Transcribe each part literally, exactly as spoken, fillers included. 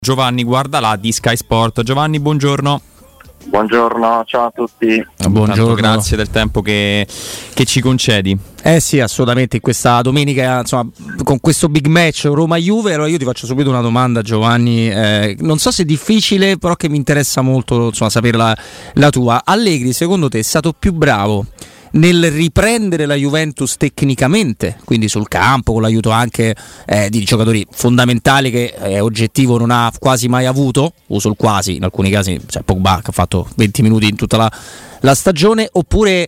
Giovanni Guardalà di Sky Sport. Giovanni, buongiorno. Buongiorno, ciao a tutti. Buongiorno. Tanto grazie del tempo che, che ci concedi. Eh sì, assolutamente, in questa domenica, insomma, con questo big match Roma-Juve. Allora io ti faccio subito una domanda, Giovanni, eh, non so se è difficile, però che mi interessa molto, insomma, sapere la, la tua. Allegri, secondo te, è stato più bravo nel riprendere la Juventus tecnicamente, quindi sul campo, con l'aiuto anche eh, di giocatori fondamentali che è eh, oggettivo non ha quasi mai avuto, uso il quasi, in alcuni casi, cioè Pogba che ha fatto venti minuti in tutta la, la stagione, oppure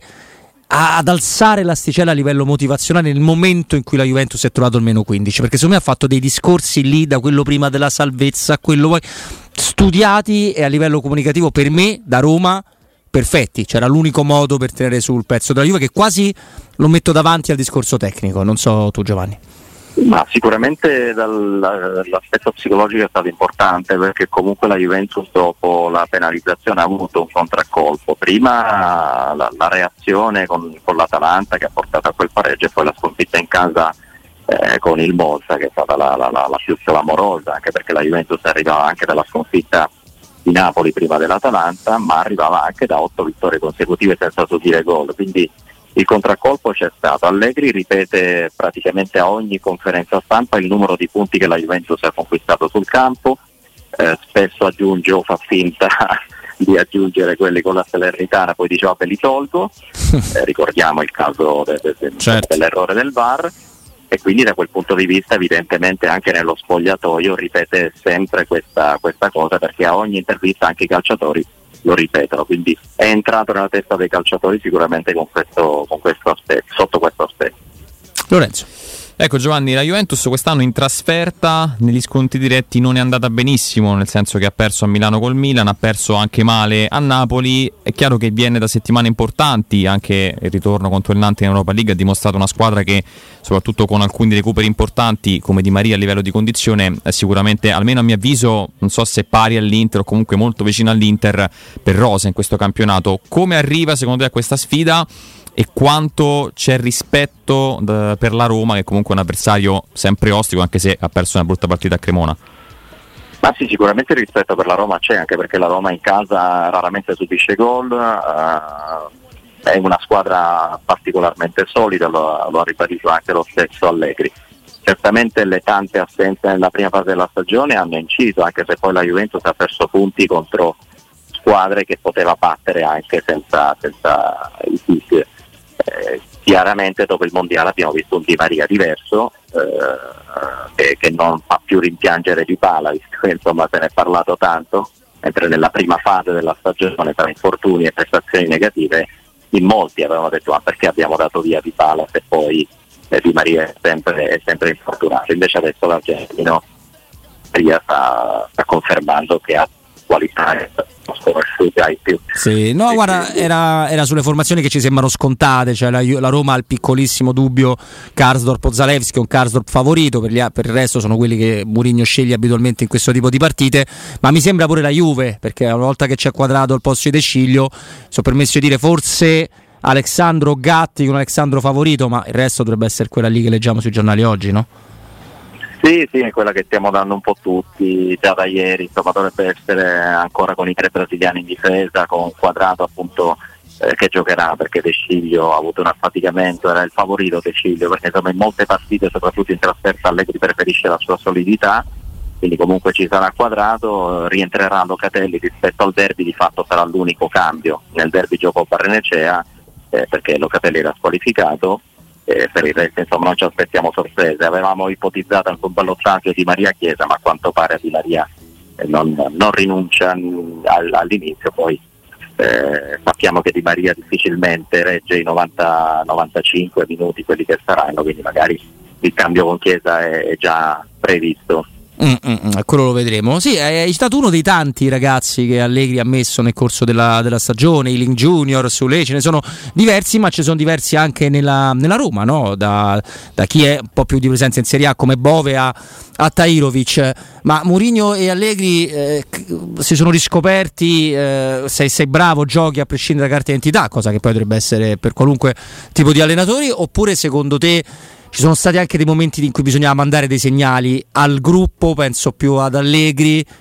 a, ad alzare l'asticella a livello motivazionale nel momento in cui la Juventus è trovato il meno quindici? Perché secondo me ha fatto dei discorsi lì, da quello prima della salvezza a quello poi, studiati, e a livello comunicativo per me da Roma perfetti. C'era l'unico modo per tenere sul pezzo della Juve, che quasi lo metto davanti al discorso tecnico. Non so tu, Giovanni. Ma sicuramente dall'aspetto psicologico è stato importante, perché comunque la Juventus dopo la penalizzazione ha avuto un contraccolpo. Prima la, la reazione con, con l'Atalanta, che ha portato a quel pareggio, e poi la sconfitta in casa eh, con il Monza, che è stata la, la, la, la più clamorosa, anche perché la Juventus arrivava anche dalla sconfitta di Napoli prima dell'Atalanta, ma arrivava anche da otto vittorie consecutive senza subire gol, quindi il contraccolpo c'è stato. Allegri ripete praticamente a ogni conferenza stampa il numero di punti che la Juventus ha conquistato sul campo, eh, spesso aggiunge o fa finta di aggiungere quelli con la Salernitana, poi dice vabbè li tolgo, eh, ricordiamo il caso de- de- de- certo. dell'errore del V A R. E quindi da quel punto di vista evidentemente anche nello spogliatoio ripete sempre questa, questa cosa, perché a ogni intervista anche i calciatori lo ripetono, quindi è entrato nella testa dei calciatori sicuramente con questo, con questo aspetto, sotto questo aspetto. Lorenzo. Ecco Giovanni, la Juventus quest'anno in trasferta negli scontri diretti non è andata benissimo, nel senso che ha perso a Milano col Milan, ha perso anche male a Napoli. È chiaro che viene da settimane importanti, anche il ritorno contro il Nantes in Europa League ha dimostrato una squadra che, soprattutto con alcuni recuperi importanti come Di Maria a livello di condizione, è sicuramente, almeno a mio avviso, non so se pari all'Inter o comunque molto vicino all'Inter per rosa in questo campionato. Come arriva secondo te a questa sfida? E quanto c'è rispetto d- per la Roma, che comunque è un avversario sempre ostico, anche se ha perso una brutta partita a Cremona? Ma sì, sicuramente il rispetto per la Roma c'è, anche perché la Roma in casa raramente subisce gol, uh, è una squadra particolarmente solida, lo, lo ha ribadito anche lo stesso Allegri. Certamente le tante assenze nella prima parte della stagione hanno inciso, anche se poi la Juventus ha perso punti contro squadre che poteva battere anche senza, senza i tizi. Eh, chiaramente dopo il mondiale abbiamo visto un Di Maria diverso, eh, che, che non fa più rimpiangere Dybala, visto che insomma se ne è parlato tanto, mentre nella prima fase della stagione tra infortuni e prestazioni negative in molti avevano detto ma perché abbiamo dato via Dybala se poi eh, Di Maria è sempre, è sempre infortunato. Invece adesso l'Argentino Maria sta, sta confermando che ha qualità e ai più. Sì, no, sì, guarda, sì. Era, era sulle formazioni che ci sembrano scontate, cioè la, la Roma ha il piccolissimo dubbio Karsdorp o Zalewski, un Karsdorp favorito, per, gli, per il resto sono quelli che Mourinho sceglie abitualmente in questo tipo di partite, ma mi sembra pure la Juve, perché una volta che c'è quadrato al posto di De Sciglio, sono permesso di dire forse Alexandro Gatti con Alexandro favorito, ma il resto dovrebbe essere quella lì che leggiamo sui giornali oggi, no? Sì, sì, è quella che stiamo dando un po' tutti già da ieri, insomma dovrebbe essere ancora con i tre brasiliani in difesa, con Quadrato appunto eh, che giocherà, perché De Sciglio ha avuto un affaticamento, era il favorito De Sciglio, perché insomma in molte partite, soprattutto in trasferta, Allegri preferisce la sua solidità, quindi comunque ci sarà Quadrato, rientrerà Locatelli, rispetto al derby di fatto sarà l'unico cambio, nel derby gioco Barrenecea eh, perché Locatelli era squalificato. Eh, per il resto insomma non ci aspettiamo sorprese. Avevamo ipotizzato anche un ballottaggio di Maria Chiesa, ma a quanto pare Di Maria eh, non, non rinuncia al, all'inizio, poi eh, sappiamo che Di Maria difficilmente regge i novanta novantacinque minuti quelli che saranno, quindi magari il cambio con Chiesa è, è già previsto. Mm, mm, quello lo vedremo. Sì, è stato uno dei tanti ragazzi che Allegri ha messo nel corso della, della stagione, Ealing Junior, Sule, ce ne sono diversi, ma ci sono diversi anche nella, nella Roma, no? Da, da chi è un po' più di presenza in Serie A come Bove a, a Tahirovic. Ma Mourinho e Allegri eh, si sono riscoperti, eh, sei, sei bravo, giochi a prescindere da carta d'identità, cosa che poi dovrebbe essere per qualunque tipo di allenatori, oppure secondo te ci sono stati anche dei momenti in cui bisognava mandare dei segnali al gruppo, penso più ad Allegri,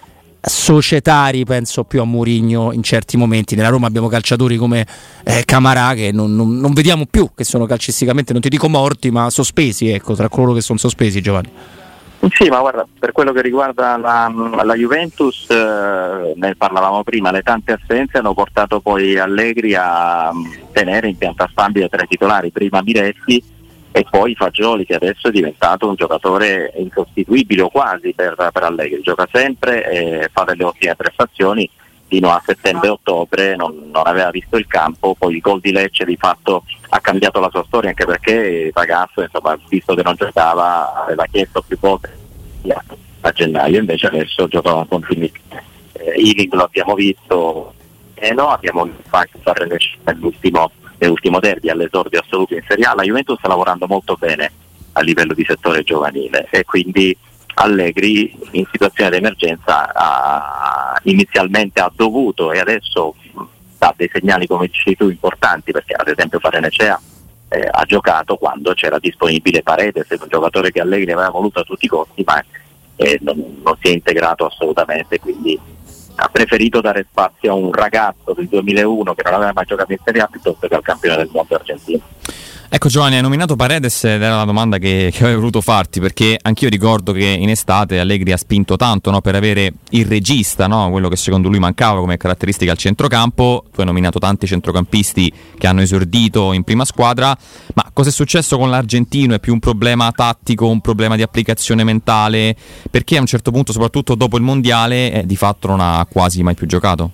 societari penso più a Mourinho in certi momenti. Nella Roma abbiamo calciatori come eh, Camarà che non, non, non vediamo più, che sono calcisticamente, non ti dico morti, ma sospesi, ecco, tra coloro che sono sospesi, Giovanni. Sì, ma guarda, per quello che riguarda la, la Juventus, eh, ne parlavamo prima, le tante assenze hanno portato poi Allegri a tenere in pianta stabile tre titolari, prima Miretti e poi Fagioli, che adesso è diventato un giocatore insostituibile o quasi per, per Allegri, gioca sempre e fa delle ottime prestazioni. Fino a settembre-ottobre non, non aveva visto il campo, poi il gol di Lecce di fatto ha cambiato la sua storia, anche perché il ragazzo, insomma, visto che non giocava, aveva chiesto più volte a gennaio, invece adesso gioca con continuità. Eh, Iling lo abbiamo visto e eh no, abbiamo fatto fare nell'ultimo, nell'ultimo derby all'esordio assoluto in Serie A. La Juventus sta lavorando molto bene a livello di settore giovanile e quindi Allegri in situazione di emergenza ha, inizialmente ha dovuto e adesso dà dei segnali, come dici tu, importanti, perché ad esempio Farenecea eh, ha giocato quando c'era disponibile Paredes, un giocatore che Allegri aveva voluto a tutti i costi, ma eh, non, non si è integrato assolutamente, quindi ha preferito dare spazio a un ragazzo del duemilauno che non aveva mai giocato in Serie A piuttosto che al campione del mondo argentino. Ecco Giovanni, hai nominato Paredes ed era la domanda che, che avevo voluto farti, perché anch'io ricordo che in estate Allegri ha spinto tanto, no, per avere il regista, no, quello che secondo lui mancava come caratteristica al centrocampo. Tu hai nominato tanti centrocampisti che hanno esordito in prima squadra, ma cosa è successo con l'argentino? È più un problema tattico, un problema di applicazione mentale? Perché a un certo punto, soprattutto dopo il mondiale, eh, di fatto non ha quasi mai più giocato?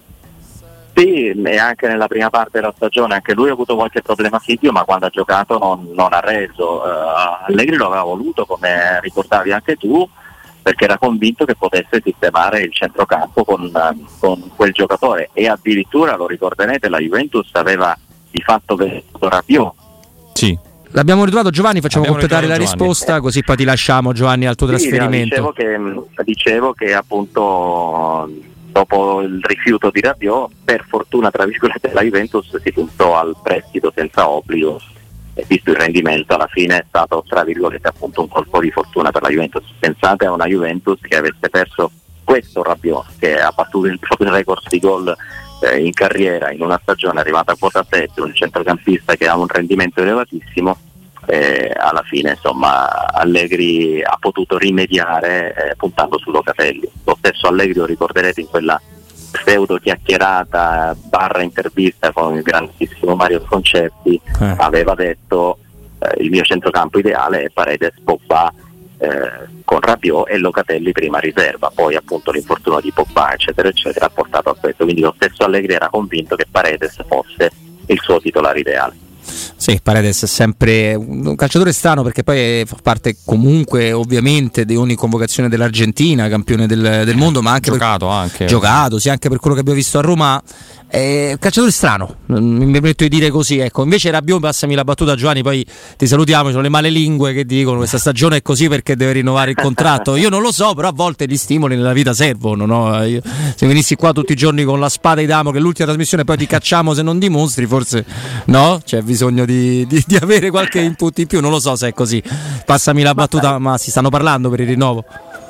Sì, e anche nella prima parte della stagione anche lui ha avuto qualche problema fisico, ma quando ha giocato non, non ha reso. Uh, Allegri lo aveva voluto, come ricordavi anche tu, perché era convinto che potesse sistemare il centrocampo con, uh, con quel giocatore, e addirittura, lo ricorderete, la Juventus aveva di fatto venduto Rabiot. Sì. L'abbiamo ritrovato, Giovanni, facciamo Abbiamo completare la Giovanni. risposta, così poi ti lasciamo, Giovanni, al tuo Sì, trasferimento. No, dicevo, che, dicevo che appunto dopo il rifiuto di Rabiot, per fortuna tra virgolette la Juventus si puntò al prestito senza obbligo, e visto il rendimento alla fine è stato tra virgolette appunto un colpo di fortuna per la Juventus. Pensate a una Juventus che avesse perso questo Rabiot, che ha battuto il proprio record di gol eh, in carriera in una stagione arrivata a quota sette, un centrocampista che ha un rendimento elevatissimo. Eh, alla fine insomma Allegri ha potuto rimediare eh, puntando su Locatelli. Lo stesso Allegri, lo ricorderete, in quella pseudo chiacchierata barra intervista con il grandissimo Mario Concetti eh. aveva detto eh, il mio centrocampo ideale è Paredes, Pogba eh, con Rabiot e Locatelli prima riserva, poi appunto l'infortunio di Pogba eccetera eccetera ha portato a questo, quindi lo stesso Allegri era convinto che Paredes fosse il suo titolare ideale. Sì, Paredes è sempre un calciatore strano, perché poi fa parte comunque ovviamente di ogni convocazione dell'Argentina, campione del, del mondo, ma anche giocato per, anche giocato, sì, anche per quello che abbiamo visto a Roma. È un calciatore strano, mi permetto di dire così, ecco. Invece Rabiot, passami la battuta, Giovanni, poi ti salutiamo, ci sono le male lingue che dicono questa stagione è così perché deve rinnovare il contratto. Io non lo so, però a volte gli stimoli nella vita servono, no? Io, se venissi qua tutti i giorni con la spada di Damo, che è l'ultima trasmissione, poi ti cacciamo se non dimostri, forse no? C'è bisogno di, di, di avere qualche input in più, non lo so se è così. Passami la battuta, ma si stanno parlando per il rinnovo?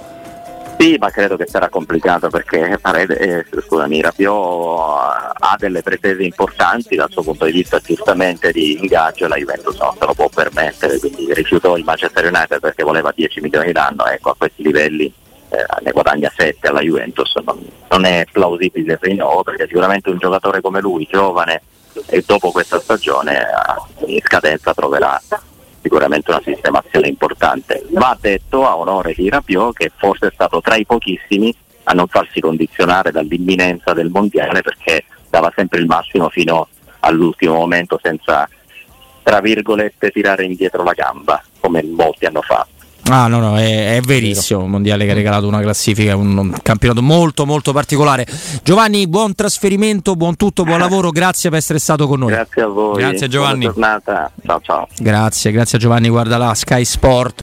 Sì, ma credo che sarà complicato, perché eh, scusami, Rabiot ha delle pretese importanti dal suo punto di vista giustamente di ingaggio, e la Juventus non se lo può permettere, quindi rifiutò il Manchester United perché voleva dieci milioni l'anno. Ecco, a questi livelli eh, ne guadagna sette alla Juventus, non, non è plausibile il rinnovo, perché sicuramente un giocatore come lui, giovane, e dopo questa stagione in scadenza troverà sicuramente una sistemazione importante. Va detto a onore di Rabiot che forse è stato tra i pochissimi a non farsi condizionare dall'imminenza del mondiale, perché dava sempre il massimo fino all'ultimo momento senza, tra virgolette, tirare indietro la gamba come molti hanno fatto. Ah no no, è, è verissimo, un mondiale che ha regalato una classifica, un, un campionato molto molto particolare. Giovanni, buon trasferimento, buon tutto, buon lavoro, grazie per essere stato con noi. Grazie a voi. Grazie Giovanni. Buona giornata. Ciao ciao. Grazie, grazie a Giovanni, guarda là, Sky Sport.